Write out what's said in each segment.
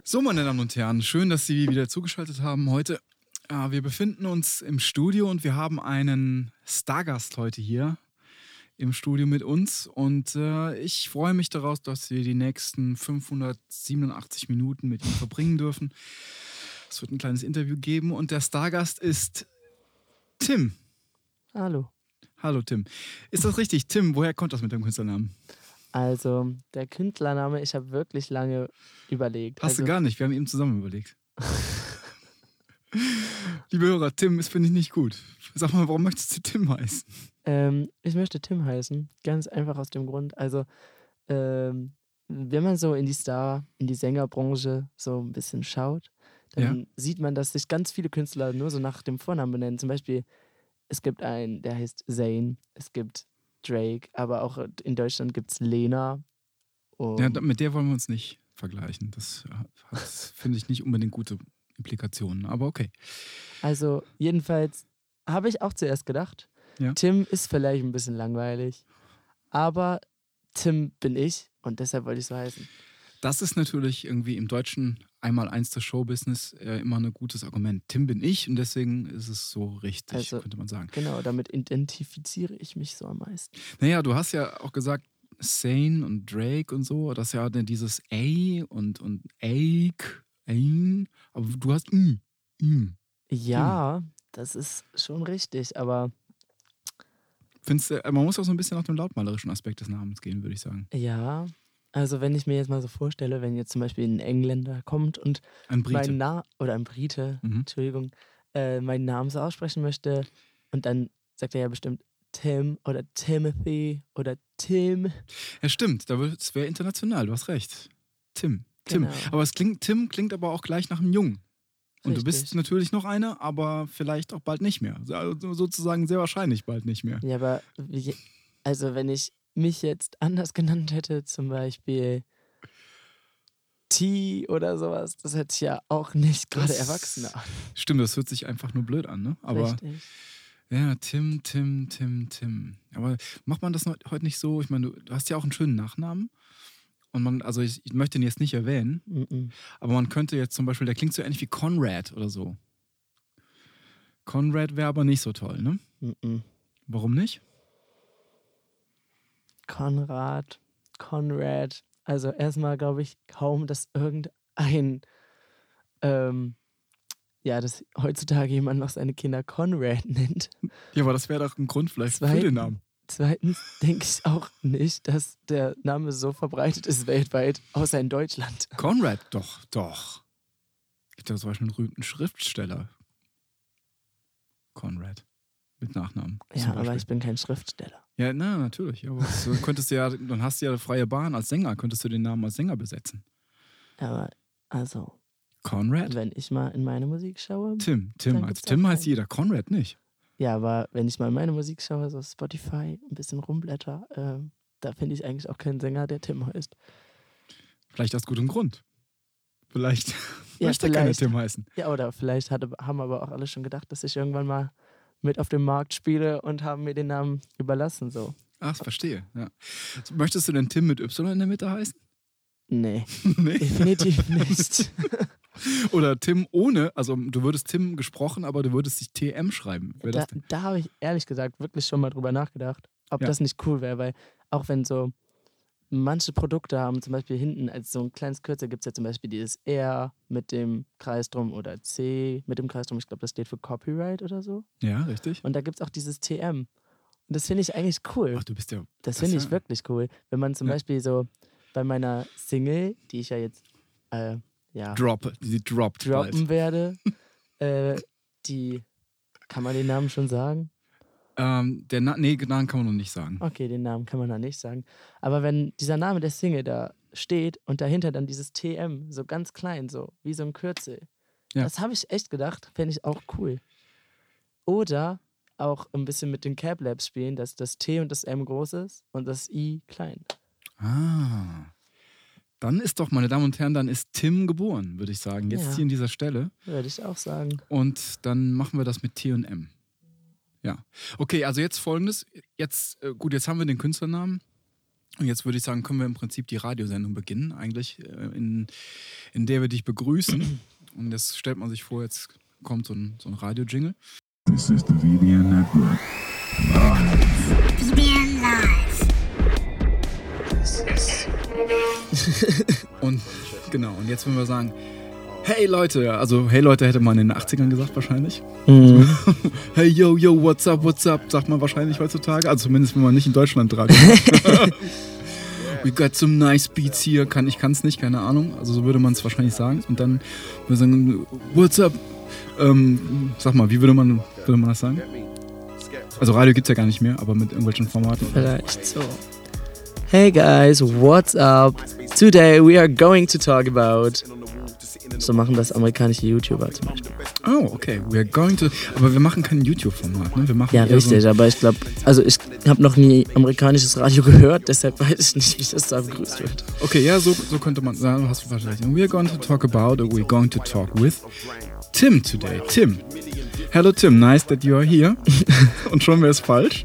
So, meine Damen und Herren, schön, dass Sie wieder zugeschaltet haben heute. Wir befinden uns im Studio und wir haben einen Stargast heute hier im Studio mit uns. Und ich freue mich daraus, dass wir die nächsten 587 Minuten mit ihm verbringen dürfen. Es wird ein kleines Interview geben und der Stargast ist Tim. Hallo. Hallo Tim. Ist das richtig? Tim, woher kommt das mit dem Künstlernamen? Also, der Künstlername, ich habe wirklich lange überlegt. Hast du gar nicht, wir haben eben zusammen überlegt. Liebe Hörer, Tim, das finde ich nicht gut. Sag mal, warum möchtest du Tim heißen? Ich möchte Tim heißen, ganz einfach aus dem Grund. Also, wenn man so in die Sängerbranche so ein bisschen schaut, dann sieht man, dass sich ganz viele Künstler nur so nach dem Vornamen benennen. Zum Beispiel, es gibt einen, der heißt Zayn, es gibt Drake, aber auch in Deutschland gibt es Lena. Ja, mit der wollen wir uns nicht vergleichen. Das hat, finde ich, nicht unbedingt gute Implikationen, aber okay. Also jedenfalls habe ich auch zuerst gedacht, Tim ist vielleicht ein bisschen langweilig, aber Tim bin ich und deshalb wollte ich so heißen. Das ist natürlich irgendwie im deutschen Einmaleins des Showbusiness immer ein gutes Argument. Tim bin ich und deswegen ist es so richtig, also, könnte man sagen. Genau, damit identifiziere ich mich so am meisten. Naja, du hast ja auch gesagt, Zayn und Drake und so, das ist ja dieses A und Ake, Ain, aber du hast Ja, das ist schon richtig, aber findest du, man muss auch so ein bisschen nach dem lautmalerischen Aspekt des Namens gehen, würde ich sagen. Ja, also wenn ich mir jetzt mal so vorstelle, wenn jetzt zum Beispiel ein Engländer kommt und ein Brite. Oder ein Brite, Entschuldigung, meinen Namen so aussprechen möchte und dann sagt er ja bestimmt Tim oder Timothy oder Tim. Ja, stimmt, es wäre international, du hast recht. Tim. Genau. Aber Tim klingt aber auch gleich nach einem Jungen. Und richtig. Du bist natürlich noch einer, aber vielleicht auch bald nicht mehr. Also sozusagen sehr wahrscheinlich bald nicht mehr. Ja, aber wenn ich mich jetzt anders genannt hätte, zum Beispiel T oder sowas, das hört sich ja auch nicht gerade erwachsen an. Stimmt, das hört sich einfach nur blöd an, ne? Aber richtig. Ja, Tim. Aber macht man das heute nicht so? Ich meine, du hast ja auch einen schönen Nachnamen. Und ich möchte ihn jetzt nicht erwähnen, aber man könnte jetzt zum Beispiel, der klingt so ähnlich wie Conrad oder so. Conrad wäre aber nicht so toll, ne? Warum nicht? Conrad. Also erstmal glaube ich kaum, dass irgendein, dass heutzutage jemand noch seine Kinder Conrad nennt. Ja, aber das wäre doch ein Grund vielleicht für den Namen. Zweitens denke ich auch nicht, dass der Name so verbreitet ist weltweit, außer in Deutschland. Conrad, doch. Es gibt ja zum Beispiel einen berühmten Schriftsteller. Conrad. Mit Nachnamen. Ja, aber ich bin kein Schriftsteller. Ja, natürlich. Aber dann hast du ja freie Bahn als Sänger, könntest du den Namen als Sänger besetzen. Aber, also. Conrad? Wenn ich mal in meine Musik schaue. Tim heißt jeder, Conrad nicht. Ja, aber wenn ich mal in meine Musik schaue, so Spotify, ein bisschen rumblätter, da finde ich eigentlich auch keinen Sänger, der Tim heißt. Vielleicht aus gutem Grund. Vielleicht möchte keiner Tim heißen. Ja, oder vielleicht haben aber auch alle schon gedacht, dass ich irgendwann mal mit auf dem Markt spiele und haben mir den Namen überlassen. So. Ach, verstehe. Ja. Möchtest du denn Tim mit Y in der Mitte heißen? Nee. Definitiv nicht. Oder Tim ohne, also du würdest Tim gesprochen, aber du würdest dich TM schreiben. Da habe ich ehrlich gesagt wirklich schon mal drüber nachgedacht, ob das nicht cool wäre, weil auch wenn so manche Produkte haben, zum Beispiel hinten als so ein kleines Kürzel gibt es ja zum Beispiel dieses R mit dem Kreis drum oder C mit dem Kreis drum, ich glaube das steht für Copyright oder so. Ja, richtig. Und da gibt es auch dieses TM. Und das finde ich eigentlich cool. Ach, du bist ja... Das finde ich wirklich cool. Wenn man zum Beispiel so bei meiner Single, die ich ja jetzt droppen werde. Die, kann man den Namen schon sagen? Den Namen kann man noch nicht sagen. Okay, den Namen kann man noch nicht sagen. Aber wenn dieser Name der Single da steht und dahinter dann dieses TM, so ganz klein, so wie so ein Kürzel, das habe ich echt gedacht, fände ich auch cool. Oder auch ein bisschen mit den Cap Labs spielen, dass das T und das M groß ist und das I klein. Ah. Dann ist doch, meine Damen und Herren, dann ist Tim geboren, würde ich sagen. Jetzt hier an dieser Stelle. Würde ich auch sagen. Und dann machen wir das mit T und M. Ja. Okay, also jetzt Folgendes. Jetzt haben wir den Künstlernamen. Und jetzt würde ich sagen, können wir im Prinzip die Radiosendung beginnen, eigentlich, in der wir dich begrüßen. Und das stellt man sich vor, jetzt kommt so ein Radio-Jingle. This is the VBN Network. VBN Live. Und genau, und jetzt würden wir sagen, hey Leute, also hey Leute hätte man in den 80ern gesagt wahrscheinlich. Mhm. Hey yo, what's up, sagt man wahrscheinlich heutzutage. Also zumindest, wenn man nicht in Deutschland Radio macht. We got some nice beats hier, ich kann's nicht, keine Ahnung. Also so würde man es wahrscheinlich sagen. Und dann würde man sagen, what's up? Sag mal, wie würde man das sagen? Also Radio gibt's ja gar nicht mehr, aber mit irgendwelchen Formaten. Vielleicht so. Hey guys, what's up? Today we are going to talk about... So machen das amerikanische YouTuber zum Beispiel. Oh, okay. Aber wir machen kein YouTube-Format, ne? Wir machen Ja, richtig, aber ich glaube, also ich habe noch nie amerikanisches Radio gehört, deshalb weiß ich nicht, wie das da begrüßt wird. Okay, ja, so könnte man sagen, du hast wahrscheinlich. We're going to talk about, or we're going to talk with Tim today. Tim. Hello Tim, nice that you are here. Und schon wäre es falsch.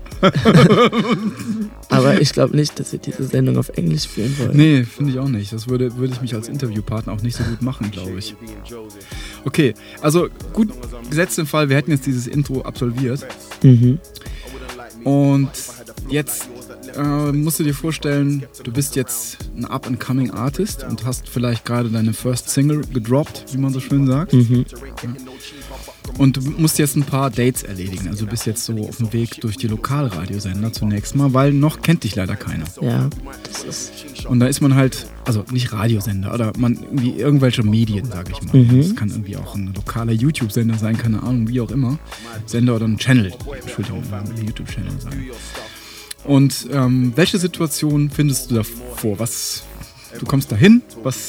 Aber ich glaube nicht, dass wir diese Sendung auf Englisch führen wollen. Nee, finde ich auch nicht. Das würde ich mich als Interviewpartner auch nicht so gut machen, glaube ich. Okay, also gut, gesetzt den Fall, wir hätten jetzt dieses Intro absolviert. Mhm. Und jetzt musst du dir vorstellen, du bist jetzt ein up-and-coming Artist und hast vielleicht gerade deine First Single gedroppt, wie man so schön sagt. Mhm. Ja. Und du musst jetzt ein paar Dates erledigen. Also du bist jetzt so auf dem Weg durch die Lokalradiosender zunächst mal, weil noch kennt dich leider keiner. Ja, das ist... Und da ist man halt, also nicht Radiosender, oder irgendwelche Medien, sage ich mal. Mhm. Das kann irgendwie auch ein lokaler YouTube-Sender sein, keine Ahnung, wie auch immer. Sender oder ein Channel, Entschuldigung, ein YouTube-Channel sein. Und welche Situation findest du da vor? Du kommst da hin,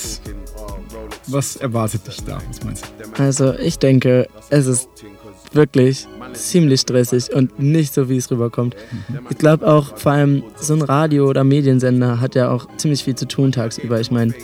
was erwartet dich da? Was meinst du? Also ich denke, es ist wirklich ziemlich stressig und nicht so, wie es rüberkommt. Ich glaube auch, vor allem so ein Radio- oder Mediensender hat ja auch ziemlich viel zu tun tagsüber. Ich meine,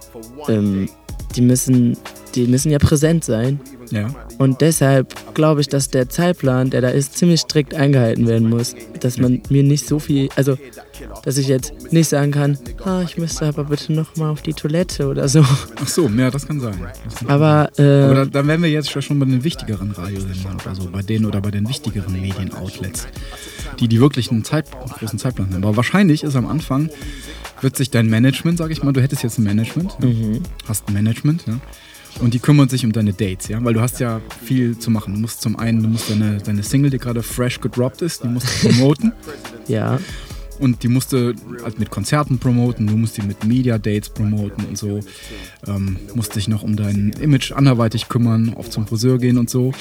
die müssen ja präsent sein. Ja. Und deshalb glaube ich, dass der Zeitplan, der da ist, ziemlich strikt eingehalten werden muss. Dass man mir nicht so viel, also dass ich jetzt nicht sagen kann, ich müsste aber bitte nochmal auf die Toilette oder so. Ach so, ja, das kann sein. Aber dann wären wir jetzt schon bei den wichtigeren Radiosendern oder so, bei den wichtigeren Medienoutlets, die wirklich einen großen Zeitplan haben. Aber wahrscheinlich ist am Anfang, wird sich dein Management, sag ich mal, du hättest jetzt ein Management, hast ein Management, ja, und die kümmern sich um deine Dates, ja, weil du hast ja viel zu machen. Du musst deine Single, die gerade fresh gedroppt ist, die musst du promoten. Ja. Und die musst du halt mit Konzerten promoten, du musst die mit Media-Dates promoten und so. Musst dich noch um dein Image anderweitig kümmern, oft zum Friseur gehen und so.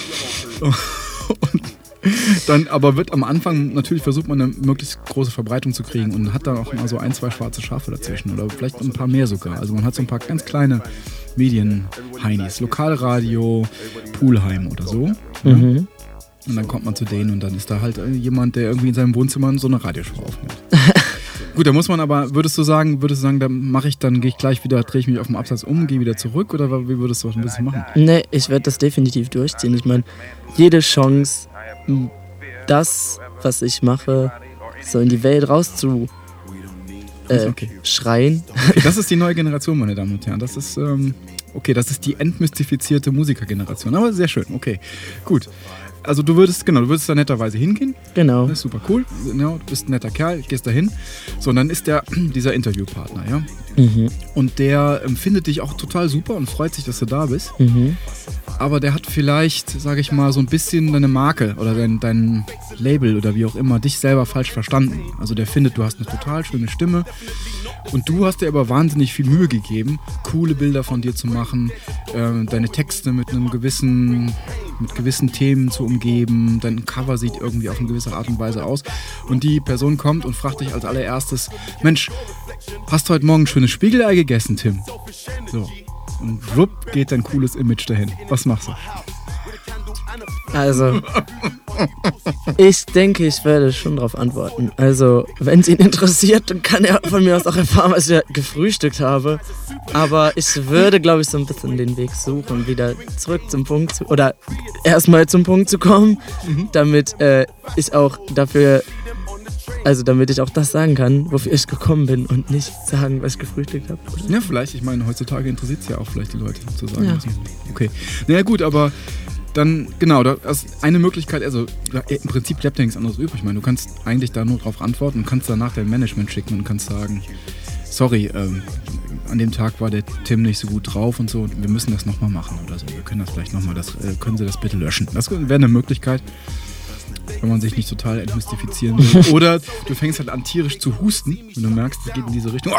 Und dann aber wird am Anfang natürlich versucht man eine möglichst große Verbreitung zu kriegen und hat dann auch immer so 1, 2 schwarze Schafe dazwischen oder vielleicht ein paar mehr sogar. Also man hat so ein paar ganz kleine Medien-Heinis, Lokalradio, Poolheim oder so. Ja? Mhm. Und dann kommt man zu denen und dann ist da halt jemand, der irgendwie in seinem Wohnzimmer so eine Radioshow aufnimmt. Gut, da muss man aber, würdest du sagen, dann gehe ich gleich wieder, drehe ich mich auf dem Absatz um, gehe wieder zurück oder wie würdest du das ein bisschen machen? Nee, ich werde das definitiv durchziehen. Ich meine, jede Chance, das, was ich mache, so in die Welt schreien. Okay, das ist die neue Generation, meine Damen und Herren. Das ist, das ist die entmystifizierte Musikergeneration. Aber sehr schön, okay, gut. Also du würdest da netterweise hingehen. Genau. Das ist super cool. Genau, du bist ein netter Kerl, gehst da hin. So, und dann ist dieser Interviewpartner, ja. Mhm. Und der findet dich auch total super und freut sich, dass du da bist. Mhm. Aber der hat vielleicht, sage ich mal, so ein bisschen deine Marke oder dein Label oder wie auch immer, dich selber falsch verstanden. Also der findet, du hast eine total schöne Stimme und du hast dir aber wahnsinnig viel Mühe gegeben, coole Bilder von dir zu machen, deine Texte mit gewissen Themen zu umgeben, dein Cover sieht irgendwie auf eine gewisse Art und Weise aus und die Person kommt und fragt dich als allererstes, Mensch, hast du heute Morgen ein schönes Spiegelei gegessen, Tim? So. Und wupp geht dein cooles Image dahin. Was machst du? Also, ich denke, ich werde schon darauf antworten. Also, wenn es ihn interessiert, dann kann er von mir aus auch erfahren, was ich gefrühstückt habe. Aber ich würde, glaube ich, so ein bisschen den Weg suchen, wieder zurück zum Punkt oder erstmal zum Punkt zu kommen, damit ich auch dafür also damit ich auch das sagen kann, wofür ich gekommen bin und nicht sagen, was ich gefrühstückt habe. Ja, vielleicht. Ich meine, heutzutage interessiert es ja auch vielleicht die Leute zu sagen. Ja. Okay. Naja, gut, aber dann, genau, das ist eine Möglichkeit, also im Prinzip bleibt ja nichts anderes übrig. Ich meine, du kannst eigentlich da nur drauf antworten und kannst danach dein Management schicken und kannst sagen, sorry, an dem Tag war der Tim nicht so gut drauf und so, wir müssen das nochmal machen oder so. Wir können das vielleicht nochmal, können Sie das bitte löschen? Das wäre eine Möglichkeit, wenn man sich nicht total entmystifizieren will. Oder du fängst halt an, tierisch zu husten und du merkst, es geht in diese Richtung.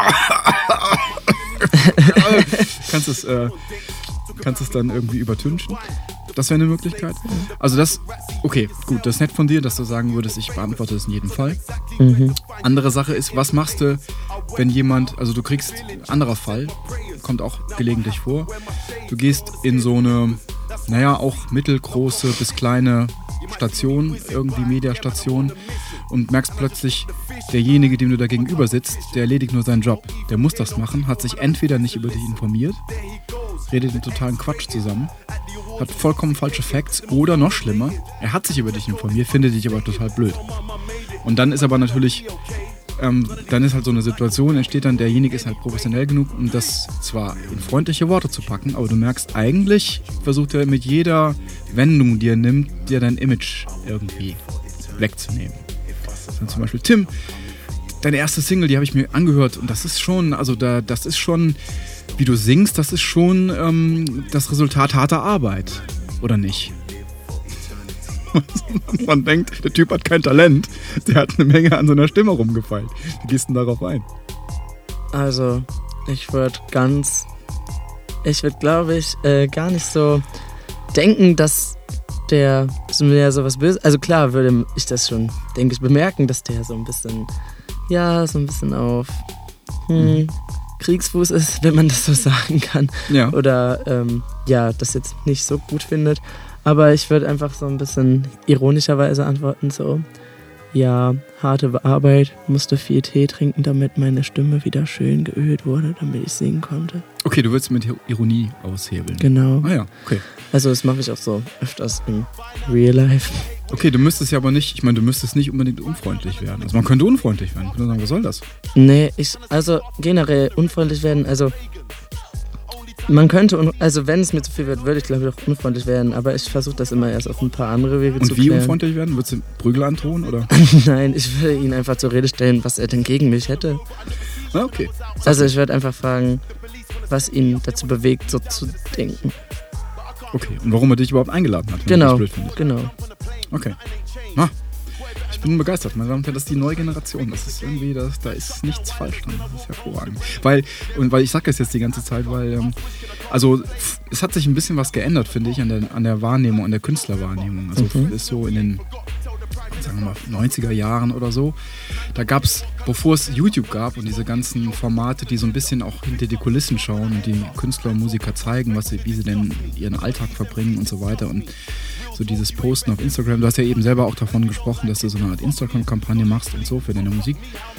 Kannst es dann irgendwie übertünchen. Das wäre eine Möglichkeit. Also okay, gut, das ist nett von dir, dass du sagen würdest, ich beantworte das in jedem Fall. Andere Sache ist, was machst du, wenn jemand, also du kriegst, anderer Fall, kommt auch gelegentlich vor, du gehst in so eine, naja, auch mittelgroße bis kleine Station, irgendwie Mediastation und merkst plötzlich, derjenige, dem du da gegenüber sitzt, der erledigt nur seinen Job. Der muss das machen, hat sich entweder nicht über dich informiert, redet den totalen Quatsch zusammen, hat vollkommen falsche Facts oder noch schlimmer, er hat sich über dich informiert, findet dich aber total blöd. Und dann ist aber natürlich, dann ist halt so eine Situation, entsteht dann, derjenige ist halt professionell genug, um das zwar in freundliche Worte zu packen, aber du merkst, eigentlich versucht er mit jeder Wendung, die er nimmt, dir dein Image irgendwie wegzunehmen. Dann zum Beispiel, Tim, deine erste Single, die habe ich mir angehört und das ist schon, also das ist schon, wie du singst, das ist schon das Resultat harter Arbeit, oder nicht? Man denkt, der Typ hat kein Talent, der hat eine Menge an seiner Stimme rumgefeilt. Wie gehst du denn darauf ein? Also, ich würde, glaube ich, gar nicht so denken, dass der mir sowas Böses, also klar würde ich das schon, denke ich, bemerken, dass der so ein bisschen auf Kriegsfuß ist, wenn man das so sagen kann. Ja. Oder das jetzt nicht so gut findet. Aber ich würde einfach so ein bisschen ironischerweise antworten, so, ja, harte Arbeit, musste viel Tee trinken, damit meine Stimme wieder schön geölt wurde, damit ich singen konnte. Okay, du willst mit Ironie aushebeln. Genau. Ah ja, okay. Also das mache ich auch so öfters im Real Life. Okay, du müsstest ja aber nicht, du müsstest nicht unbedingt unfreundlich werden. Also man könnte unfreundlich werden. Man könnte sagen, was soll das? Nee, also generell unfreundlich werden, also man könnte, also wenn es mir zu viel wird, würde ich glaube ich auch unfreundlich werden, aber ich versuche das immer erst auf ein paar andere Wege zu klären. Und wie unfreundlich werden? Würdest du Prügel androhen, oder? Nein, ich würde ihn einfach zur Rede stellen, was er denn gegen mich hätte. Ah, okay. Also ich würde einfach fragen, was ihn dazu bewegt, so zu denken. Okay, und warum er dich überhaupt eingeladen hat. Genau. Okay. Ich bin begeistert, meine Damen und Herren, das ist die neue Generation. Das ist irgendwie, da ist nichts falsch dran. Das ist hervorragend. Weil ich sage das jetzt die ganze Zeit, weil, es hat sich ein bisschen was geändert, finde ich, an der Wahrnehmung, an der Künstlerwahrnehmung. Also ist so in den, sagen wir mal, 90er Jahren oder so, da gab es, bevor es YouTube gab und diese ganzen Formate, die so ein bisschen auch hinter die Kulissen schauen und die Künstler und Musiker zeigen, wie sie denn ihren Alltag verbringen und so weiter und so dieses Posten auf Instagram. Du hast ja eben selber auch davon gesprochen, dass du so eine Art Instagram-Kampagne machst und so für deine Musik.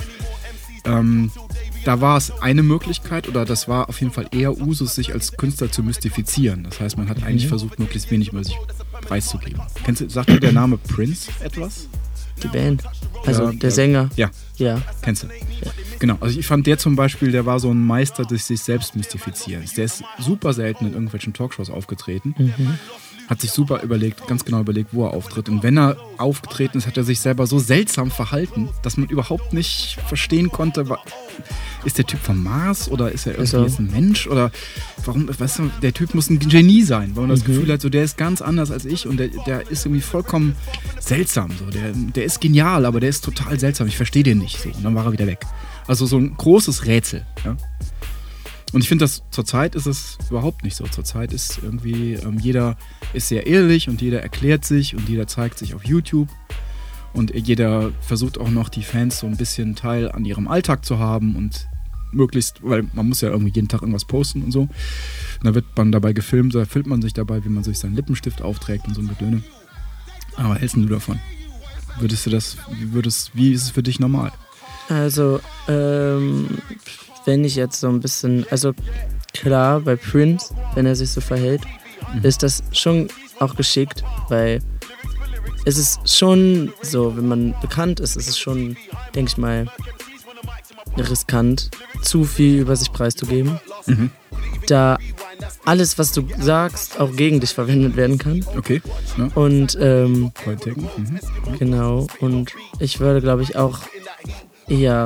Da war es eine Möglichkeit, oder das war auf jeden Fall eher Usus, sich als Künstler zu mystifizieren. Das heißt, man hat eigentlich versucht, möglichst wenig über sich preiszugeben. Sagt dir der Name Prince etwas? Die Band. Also der Sänger. Ja. Kennst du? Ja. Genau. Also ich fand, der zum Beispiel, der war so ein Meister des sich selbst Mystifizierens. Der ist super selten in irgendwelchen Talkshows aufgetreten. Hat sich ganz genau überlegt, wo er auftritt. Und wenn er aufgetreten ist, hat er sich selber so seltsam verhalten, dass man überhaupt nicht verstehen konnte, ist der Typ vom Mars oder ist er irgendwie jetzt ein Mensch? Oder warum, weißt du, der Typ muss ein Genie sein, weil man das Gefühl hat, so, der ist ganz anders als ich und der ist irgendwie vollkommen seltsam. So. Der ist genial, aber der ist total seltsam. Ich verstehe den nicht. So. Und dann war er wieder weg. Also so ein großes Rätsel. Ja? Und ich finde, zurzeit ist es überhaupt nicht so. Zurzeit ist irgendwie, jeder ist sehr ehrlich und jeder erklärt sich und jeder zeigt sich auf YouTube. Und jeder versucht auch noch, die Fans so ein bisschen Teil an ihrem Alltag zu haben und möglichst, weil man muss ja irgendwie jeden Tag irgendwas posten und so. Und da wird man dabei gefilmt, da filmt man sich dabei, wie man sich seinen Lippenstift aufträgt und so ein Gedöne. Aber was hältst du davon? Wie ist es für dich normal? Also, wenn ich jetzt so ein bisschen, also klar, bei Prince, wenn er sich so verhält, ist das schon auch geschickt, weil es ist schon so, wenn man bekannt ist, ist es schon, denke ich mal, riskant, zu viel über sich preiszugeben, da alles, was du sagst, auch gegen dich verwendet werden kann. Okay. Ja. Und Politiken. genau, und ich würde, glaube ich, auch eher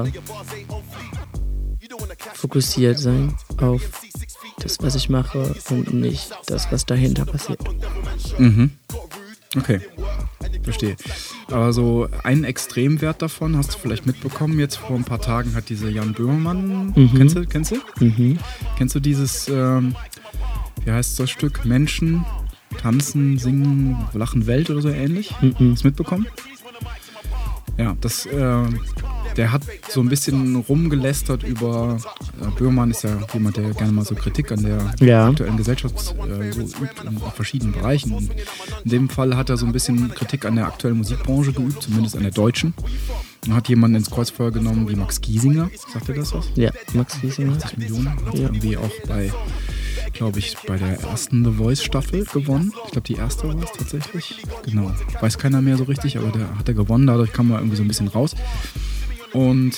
fokussiert sein auf das, was ich mache und nicht das, was dahinter passiert. Okay, verstehe. Aber so einen Extremwert davon hast du vielleicht mitbekommen. Jetzt vor ein paar Tagen hat diese Jan Böhmermann, kennst du? Kennst du dieses, wie heißt das Stück? Menschen, tanzen, singen, lachen Welt oder so ähnlich? Hast du das mitbekommen? Ja, der hat so ein bisschen rumgelästert über, Böhmermann ist ja jemand, der gerne mal so Kritik an der aktuellen Gesellschaft so übt in verschiedenen Bereichen. Und in dem Fall hat er so ein bisschen Kritik an der aktuellen Musikbranche geübt, zumindest an der deutschen. Und hat jemanden ins Kreuzfeuer genommen wie Max Giesinger. Sagt ihr das was? Ja, Max Giesinger. 80 Millionen. Hat irgendwie auch bei der ersten The Voice Staffel gewonnen. Ich glaube, die erste war es tatsächlich. Genau. Weiß keiner mehr so richtig, aber der hat er gewonnen. Dadurch kam er irgendwie so ein bisschen raus. Und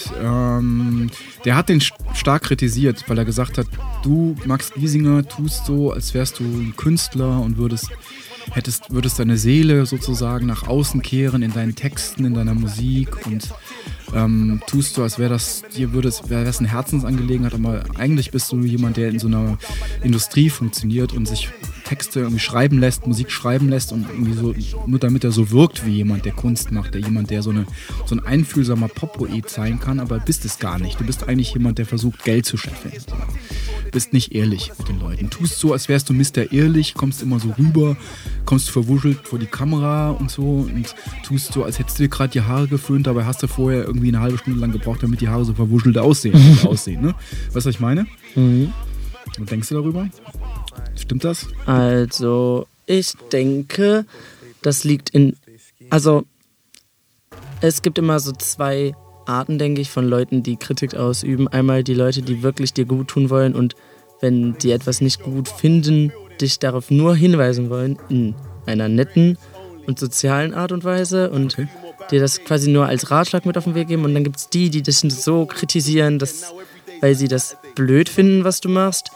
der hat den stark kritisiert, weil er gesagt hat, du, Max Giesinger, tust so, als wärst du ein Künstler und würdest deine Seele sozusagen nach außen kehren in deinen Texten, in deiner Musik und tust so, als wäre das eine Herzensangelegenheit, aber eigentlich bist du jemand, der in so einer Industrie funktioniert und sich Texte irgendwie schreiben lässt, Musik schreiben lässt und irgendwie so, nur damit er so wirkt wie jemand, der Kunst macht, der so ein einfühlsamer Pop-Poet sein kann, aber bist es gar nicht. Du bist eigentlich jemand, der versucht, Geld zu scheffeln. Bist nicht ehrlich mit den Leuten. Tust so, als wärst du Mr. Ehrlich, kommst immer so rüber, kommst verwuschelt vor die Kamera und so und tust so, als hättest du dir gerade die Haare geföhnt, dabei hast du vorher irgendwie eine halbe Stunde lang gebraucht, damit die Haare so verwuschelt aussehen. Ne? Weißt du, was ich meine? Was denkst du darüber? Stimmt das? Also, ich denke, das liegt also, es gibt immer so zwei Arten, denke ich, von Leuten, die Kritik ausüben. Einmal die Leute, die wirklich dir gut tun wollen und wenn die etwas nicht gut finden, dich darauf nur hinweisen wollen, in einer netten und sozialen Art und Weise und dir das quasi nur als Ratschlag mit auf den Weg geben. Und dann gibt es die dich so kritisieren, weil sie das blöd finden, was du machst.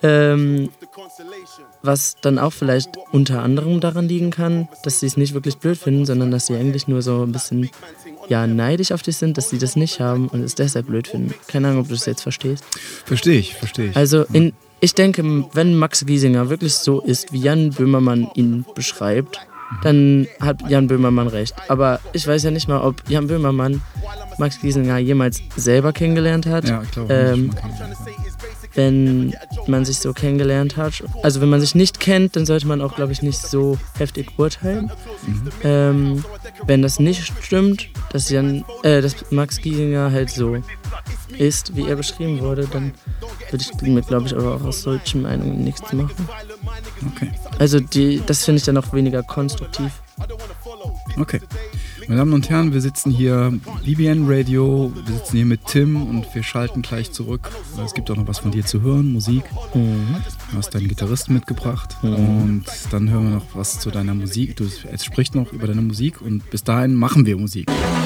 Was dann auch vielleicht unter anderem daran liegen kann, dass sie es nicht wirklich blöd finden, sondern dass sie eigentlich nur so ein bisschen neidisch auf dich sind, dass sie das nicht haben und es deshalb blöd finden. Keine Ahnung, ob du das jetzt verstehst. Verstehe ich. Also ich denke, wenn Max Giesinger wirklich so ist, wie Jan Böhmermann ihn beschreibt, dann hat Jan Böhmermann recht. Aber ich weiß ja nicht mal, ob Jan Böhmermann Max Giesinger jemals selber kennengelernt hat. Ja, ich glaube, wenn man sich so kennengelernt hat. Also wenn man sich nicht kennt, dann sollte man auch, glaube ich, nicht so heftig urteilen. Wenn das nicht stimmt, dass Max Giesinger halt so ist, wie er beschrieben wurde, dann würde ich mir, glaube ich, aber auch aus solchen Meinungen nichts machen. Okay. Also das finde ich dann auch weniger konstruktiv. Okay. Meine Damen und Herren, wir sitzen hier, VBN Radio, wir sitzen hier mit Tim und wir schalten gleich zurück. Es gibt auch noch was von dir zu hören, Musik. Du hast deinen Gitarristen mitgebracht und dann hören wir noch was zu deiner Musik. Es spricht noch über deine Musik und bis dahin machen wir Musik.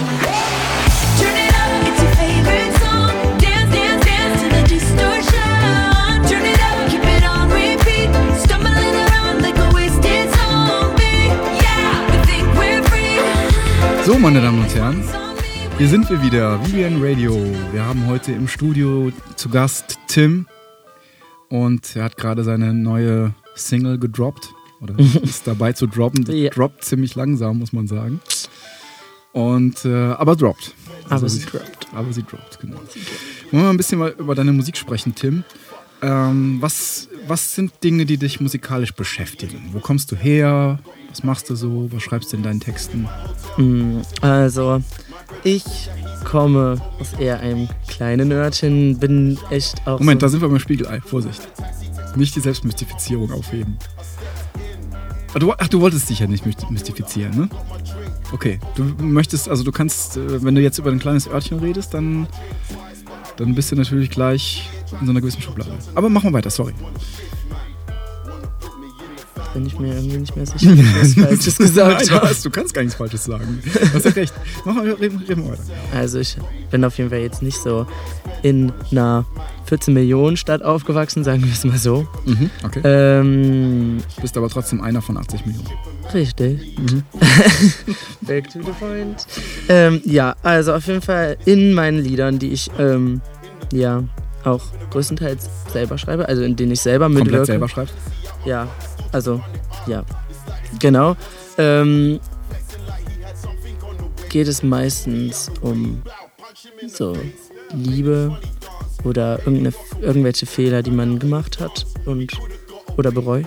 So, meine Damen und Herren, hier sind wir wieder, VBN Radio. Wir haben heute im Studio zu Gast Tim und er hat gerade seine neue Single gedroppt oder ist dabei zu droppen. Droppt ziemlich langsam, muss man sagen. Und, aber droppt. Aber sie droppt. Aber sie droppt, genau. Wollen wir ein bisschen mal über deine Musik sprechen, Tim? Was sind Dinge, die dich musikalisch beschäftigen? Wo kommst du her? Was machst du so? Was schreibst du in deinen Texten? Also, ich komme aus eher einem kleinen Örtchen, bin echt auch Moment, da sind wir beim Spiegelei. Vorsicht. Nicht die Selbstmystifizierung aufheben. Du wolltest dich ja nicht mystifizieren, ne? Okay, du kannst, wenn du jetzt über ein kleines Örtchen redest, dann bist du natürlich gleich in so einer gewissen Schublade. Aber machen wir weiter, sorry. bin ich mir irgendwie nicht mehr sicher, ob ich was Falsches gesagt habe. Du kannst gar nichts Falsches sagen. Du hast ja recht. Reden wir weiter. Also ich bin auf jeden Fall jetzt nicht so in einer 14 Millionen Stadt aufgewachsen, sagen wir es mal so. Okay. Bist aber trotzdem einer von 80 Millionen. Richtig. Back to the point. Ja, also auf jeden Fall in meinen Liedern, die ich ja auch größtenteils selber schreibe, also in denen ich selber mitwirke. Komplett selber schreibst? Ja, also ja, genau. Geht es meistens um so Liebe oder irgendwelche Fehler, die man gemacht hat oder bereut.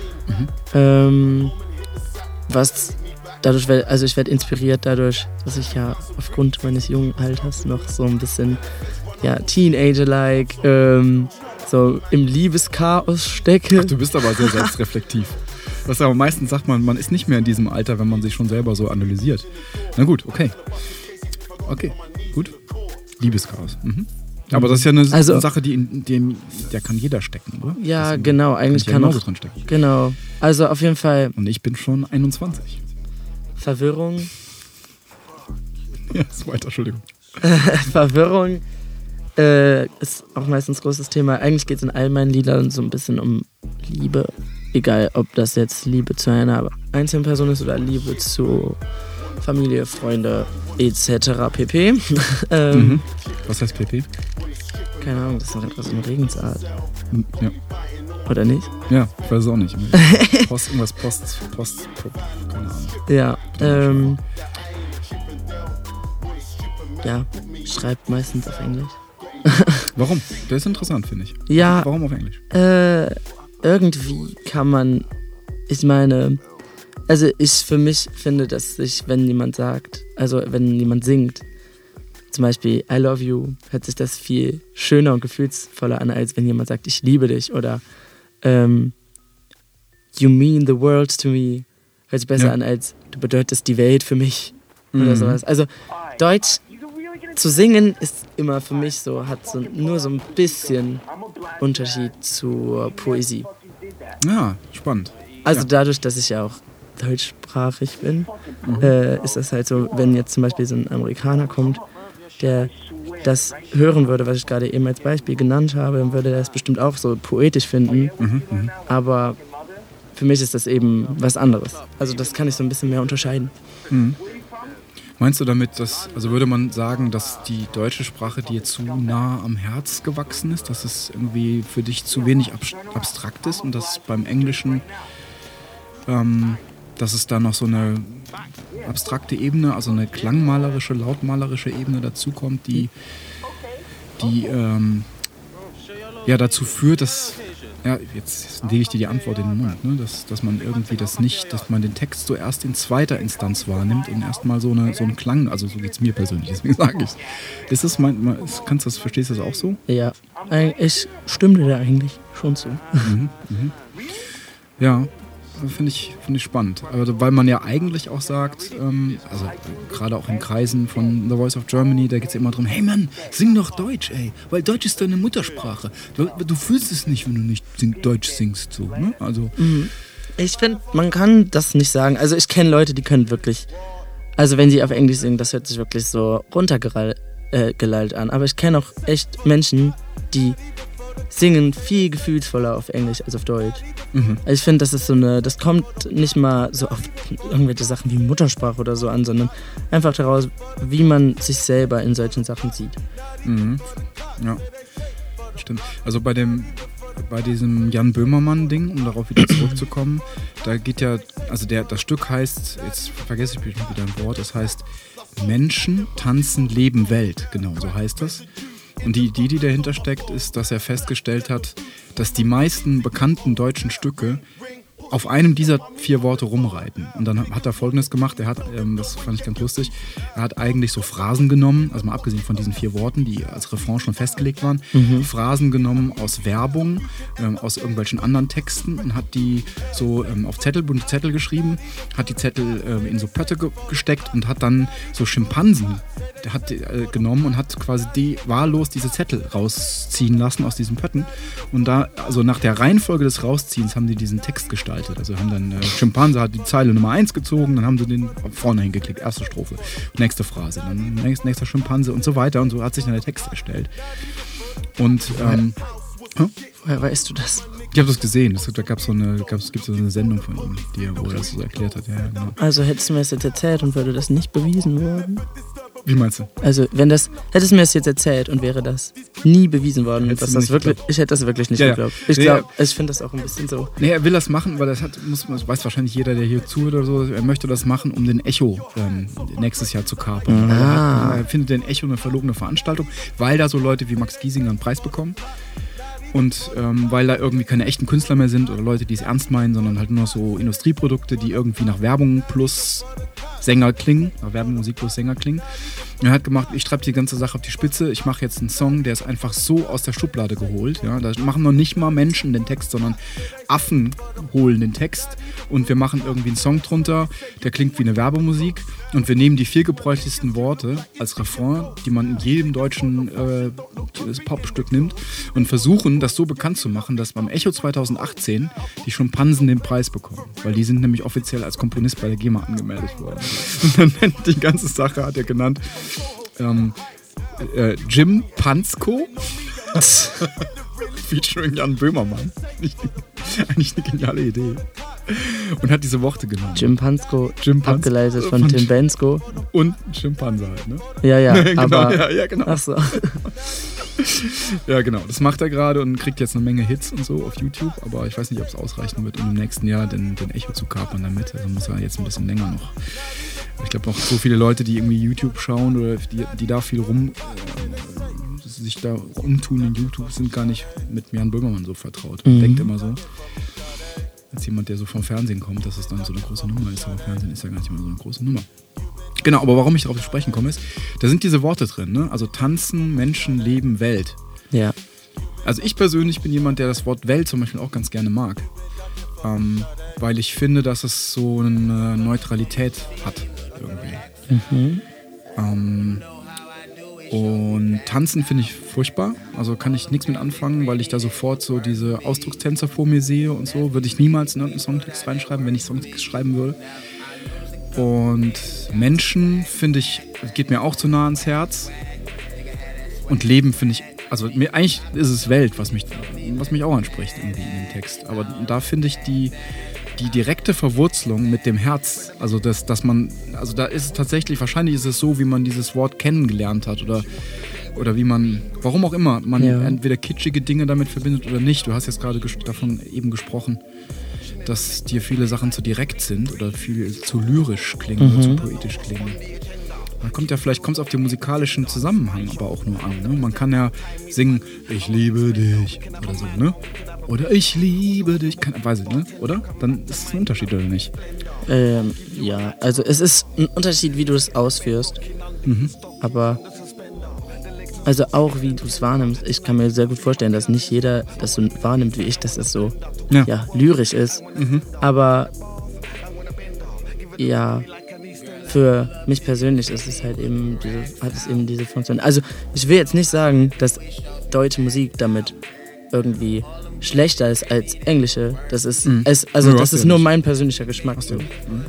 Was dadurch, also ich werde inspiriert dadurch, dass ich ja aufgrund meines jungen Alters noch so ein bisschen Teenager-like so im Liebeschaos stecke. Ach, du bist aber sehr selbstreflektiv. Was aber meistens sagt man ist nicht mehr in diesem Alter, wenn man sich schon selber so analysiert. Na gut, okay. Okay, gut. Liebeschaos. Aber das ist ja eine Sache, der kann jeder stecken, oder? Ja, deswegen genau. Eigentlich kann auch drin stecken. Genau. Also auf jeden Fall. Und ich bin schon 21. Verwirrung. Ja, ist weiter, Entschuldigung. Verwirrung ist auch meistens ein großes Thema. Eigentlich geht es in all meinen Liedern so ein bisschen um Liebe. Egal, ob das jetzt Liebe zu einer einzelnen Person ist oder Liebe zu Familie, Freunde, etc. pp. Was heißt pp? Keine Ahnung, das ist doch etwas so eine Regensart. Ja. Oder nicht? Ja, ich weiß es auch nicht. Post, keine Ahnung. Ja, ja, schreibt meistens auf Englisch. Warum? Das ist interessant, finde ich. Ja. Warum auf Englisch? Irgendwie kann man, ich meine, also ich für mich finde, dass sich, wenn jemand sagt, also wenn jemand singt, zum Beispiel I love you, hört sich das viel schöner und gefühlsvoller an, als wenn jemand sagt, ich liebe dich oder you mean the world to me, hört sich besser an, als du bedeutest die Welt für mich oder sowas. Also Deutsch zu singen ist immer für mich so, hat so nur so ein bisschen Unterschied zur Poesie. Ja, spannend. Also dadurch, dass ich ja auch deutschsprachig bin, ist das halt so, wenn jetzt zum Beispiel so ein Amerikaner kommt, der das hören würde, was ich gerade eben als Beispiel genannt habe, dann würde er das bestimmt auch so poetisch finden. Aber für mich ist das eben was anderes. Also das kann ich so ein bisschen mehr unterscheiden. Meinst du damit, also würde man sagen, dass die deutsche Sprache dir zu nah am Herz gewachsen ist, dass es irgendwie für dich zu wenig abstrakt ist und dass beim Englischen, dass es da noch so eine abstrakte Ebene, also eine klangmalerische, lautmalerische Ebene dazukommt, die dazu führt, dass, jetzt lege ich dir die Antwort in den Mund, ne? dass man irgendwie dass man den Text so erst in zweiter Instanz wahrnimmt und erstmal so einen Klang, also so geht es mir persönlich, deswegen sage ich es. Ist das, verstehst du das auch so? Ja, ich stimme dir da eigentlich schon zu. Ja, finde ich spannend. Also, weil man ja eigentlich auch sagt, also gerade auch in Kreisen von The Voice of Germany, da geht es ja immer darum, hey Mann, sing doch Deutsch, ey, weil Deutsch ist deine Muttersprache. Du fühlst es nicht, wenn du nicht Deutsch singst. So, ne? Also, ich finde, man kann das nicht sagen. Also ich kenne Leute, die können wirklich, also wenn sie auf Englisch singen, das hört sich wirklich so runtergelallt an. Aber ich kenne auch echt Menschen, die singen viel gefühlsvoller auf Englisch als auf Deutsch. Also ich finde, das kommt nicht mal so auf irgendwelche Sachen wie Muttersprache oder so an, sondern einfach daraus, wie man sich selber in solchen Sachen sieht. Ja, stimmt. Also bei diesem Jan Böhmermann-Ding, um darauf wieder zurückzukommen, da geht ja, also das Stück heißt, jetzt vergesse ich wieder ein Wort, das heißt Menschen, Tanzen, Leben, Welt, genau, so heißt das. Und die Idee, die dahinter steckt, ist, dass er festgestellt hat, dass die meisten bekannten deutschen Stücke auf einem dieser 4 Worte rumreiten. Und dann hat er Folgendes gemacht, das fand ich ganz lustig, er hat eigentlich so Phrasen genommen, also mal abgesehen von diesen 4 Worten, die als Refrain schon festgelegt waren, Phrasen genommen aus Werbung, aus irgendwelchen anderen Texten und hat die so auf bunte Zettel geschrieben, hat die Zettel in so Pötte gesteckt und hat dann so Schimpansen genommen und hat quasi wahllos diese Zettel rausziehen lassen aus diesen Pötten. Und da, also nach der Reihenfolge des Rausziehens haben die diesen Text gestaltet. umgeschaltet. Also haben dann Schimpanse hat die Zeile Nummer 1 gezogen, dann haben sie den vorne hingeklickt, erste Strophe, nächste Phrase, dann nächster Schimpanse und so weiter. Und so hat sich dann der Text erstellt. Und woher weißt du das? ich habe das gesehen. Es gibt so eine Sendung von ihm, wo er das so erklärt hat. Ja, genau. Also hättest du mir das jetzt erzählt und würde das nicht bewiesen worden? Wie meinst du? Also hättest du mir das jetzt erzählt und wäre das nie bewiesen worden, dass das wirklich, ich hätte das wirklich nicht geglaubt. Ich finde das auch ein bisschen so. Nee, er will das machen, weil das weiß wahrscheinlich jeder, der hier zuhört oder so, er möchte das machen, um den Echo nächstes Jahr zu kapern. Er findet den Echo eine verlogene Veranstaltung, weil da so Leute wie Max Giesinger einen Preis bekommen. Und weil da irgendwie keine echten Künstler mehr sind oder Leute, die es ernst meinen, sondern halt nur noch so Industrieprodukte, die irgendwie nach Werbung plus Sänger klingen, nach Werbemusik plus Sänger klingen. Und er hat gemacht, ich treibe die ganze Sache auf die Spitze, ich mache jetzt einen Song, der ist einfach so aus der Schublade geholt. Ja? Da machen noch nicht mal Menschen den Text, sondern Affen holen den Text und wir machen irgendwie einen Song drunter, der klingt wie eine Werbemusik und wir nehmen die 4 gebräuchlichsten Worte als Refrain, die man in jedem deutschen Popstück nimmt und versuchen, das so bekannt zu machen, dass beim Echo 2018 die Schimpansen den Preis bekommen, weil die sind nämlich offiziell als Komponist bei der GEMA angemeldet worden. Und dann nennt die ganze Sache, hat er genannt, Jim Pansko featuring Jan Böhmermann. Eigentlich eine geniale Idee. Und hat diese Worte genommen. Jim Pansko, abgeleitet von Tim Bensko. Und Schimpanse halt, ne? Ja, genau, aber... Ja, genau. Ach so. Ja, genau. Das macht er gerade und kriegt jetzt eine Menge Hits und so auf YouTube. Aber ich weiß nicht, ob es ausreichen wird, um im nächsten Jahr den Echo zu kapern damit. Also muss er jetzt ein bisschen länger noch. Ich glaube noch so viele Leute, die irgendwie YouTube schauen oder die da viel sich da umtun in YouTube, sind gar nicht mit Jan Böhmermann so vertraut. Man denkt immer so, als jemand, der so vom Fernsehen kommt, dass es dann so eine große Nummer ist. Aber Fernsehen ist ja gar nicht immer so eine große Nummer. Genau, aber warum ich darauf zu sprechen komme, ist, da sind diese Worte drin, ne? Also Tanzen, Menschen, Leben, Welt. Ja. Also ich persönlich bin jemand, der das Wort Welt zum Beispiel auch ganz gerne mag. Weil ich finde, dass es so eine Neutralität hat irgendwie. Und Tanzen finde ich furchtbar, also kann ich nichts mit anfangen, weil ich da sofort so diese Ausdruckstänzer vor mir sehe und so, würde ich niemals in irgendeinen Songtext reinschreiben, wenn ich Songtext schreiben würde. Und Menschen finde ich, geht mir auch zu nah ans Herz. Und Leben finde ich, also eigentlich ist es Welt, was mich auch anspricht irgendwie in dem Text. Aber da finde ich die direkte Verwurzelung mit dem Herz, also dass man, also da ist es tatsächlich, wahrscheinlich ist es so, wie man dieses Wort kennengelernt hat oder wie man, warum auch immer, man entweder kitschige Dinge damit verbindet oder nicht. Du hast jetzt gerade davon eben gesprochen, dass dir viele Sachen zu direkt sind oder viel zu lyrisch klingen oder zu poetisch klingen. Vielleicht kommt es auf den musikalischen Zusammenhang aber auch nur an. Ne? Man kann ja singen, ich liebe dich oder so, ne? Oder ich liebe dich, weiß ich, ne? Oder? Dann ist es ein Unterschied, oder nicht? Ja, also es ist ein Unterschied, wie du es ausführst. Aber, also auch wie du es wahrnimmst. Ich kann mir sehr gut vorstellen, dass nicht jeder das so wahrnimmt wie ich, dass es so lyrisch ist. Aber ja, für mich persönlich ist es halt eben hat es eben diese Funktion. Also ich will jetzt nicht sagen, dass deutsche Musik damit irgendwie schlechter ist als englische. Das ist das ist nur mein persönlicher Geschmack. So.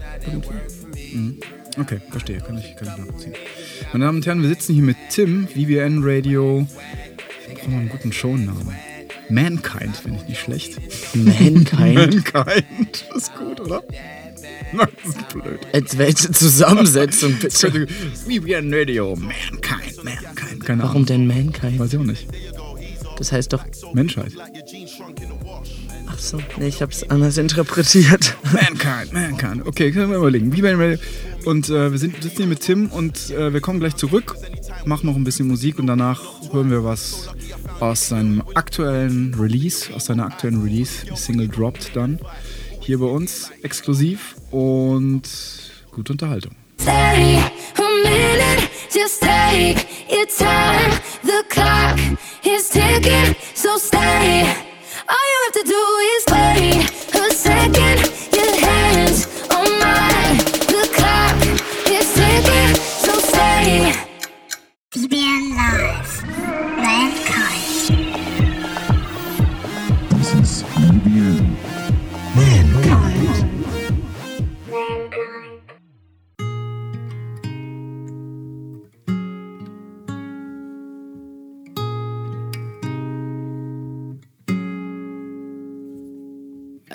Okay, verstehe, kann ich nachvollziehen. Meine Damen und Herren, wir sitzen hier mit Tim, VBN Radio. Ich brauche noch einen guten Shownamen. Mankind finde ich nicht schlecht. Mankind, das ist gut, oder? Nein, das ist blöd. Als welche Zusammensetzung bitte? VBN Radio, Mankind. Keine Warum Ahnung. denn Mankind? Weiß ich auch nicht. Das heißt doch Menschheit. Ach so, nee, ich hab's anders interpretiert. Mankind. Okay, können wir überlegen. VBN Radio. Und wir sitzen hier mit Tim und wir kommen gleich zurück, machen noch ein bisschen Musik und danach hören wir was aus seiner aktuellen Release. Die Single droppt dann hier bei uns exklusiv und gute Unterhaltung. Stay a minute, just take your time. The clock is ticking, so stay. All you have to do is wait a second. Your hands on mine. The clock is ticking, so stay. VBN Live. Mankind. This is VBN. Mankind.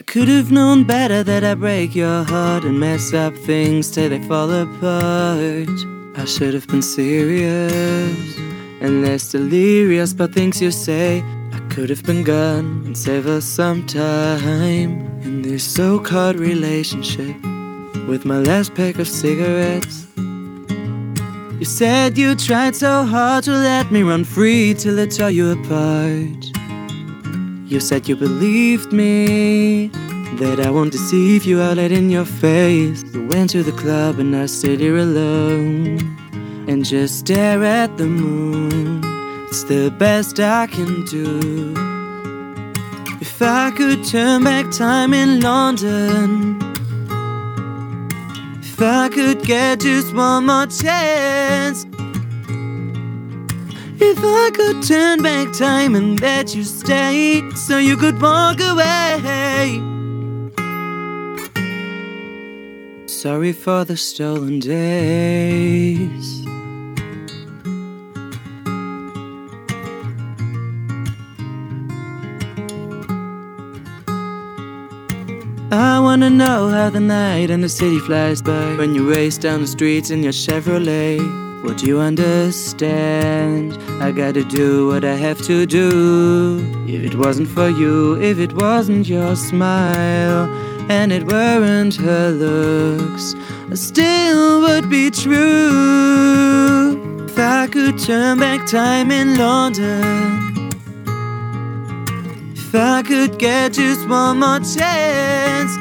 I could have known better that I break your heart and mess up things till they fall apart. I should have been serious and less delirious about things you say. I could have been gone and save us some time in this so-called relationship with my last pack of cigarettes. You said you tried so hard to let me run free till it tore you apart. You said you believed me, that I won't deceive you, I'll let in your face. You went to the club and I stayed here alone and just stare at the moon. It's the best I can do. If I could turn back time in London, if I could get just one more chance, if I could turn back time and let you stay so you could walk away. Sorry for the stolen days. I wanna know how the night and the city flies by when you race down the streets in your Chevrolet. Would you understand? I gotta do what I have to do. If it wasn't for you, if it wasn't your smile, and it weren't her looks, I still would be true. If I could turn back time in London, if I could get just one more chance,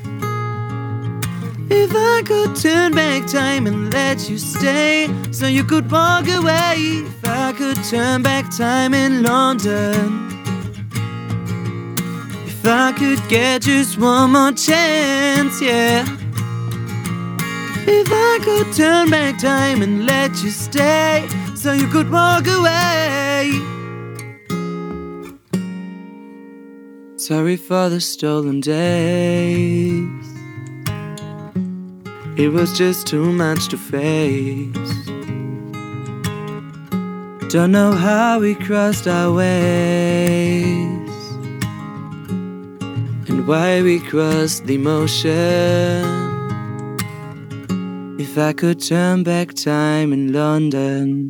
if I could turn back time and let you stay so you could walk away. If I could turn back time in London, if I could get just one more chance, yeah. If I could turn back time and let you stay so you could walk away. Sorry for the stolen days. It was just too much to face. Don't know how we crossed our ways and why we crossed the emotion. If I could turn back time in London.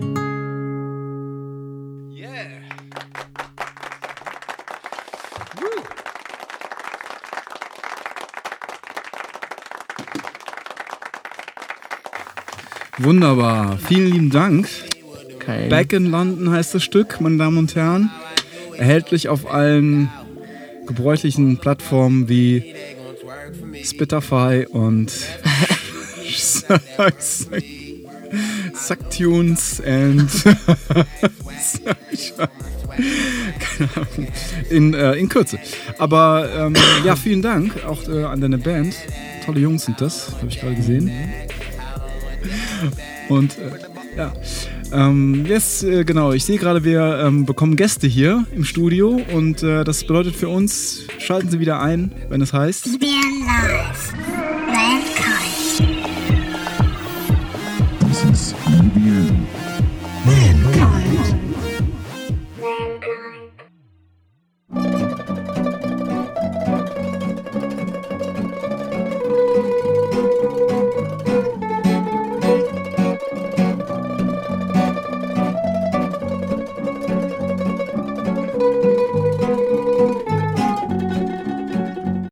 Wunderbar, vielen lieben Dank. Back in London heißt das Stück, meine Damen und Herren. Erhältlich auf allen gebräuchlichen Plattformen wie Spotify und Sucktunes und keine Ahnung, in Kürze. Aber ja, vielen Dank auch an deine Band. Tolle Jungs sind das, habe ich gerade gesehen. Und ja, jetzt genau, ich sehe gerade, wir bekommen Gäste hier im Studio und das bedeutet für uns, schalten Sie wieder ein, wenn es heißt Lesbian Live.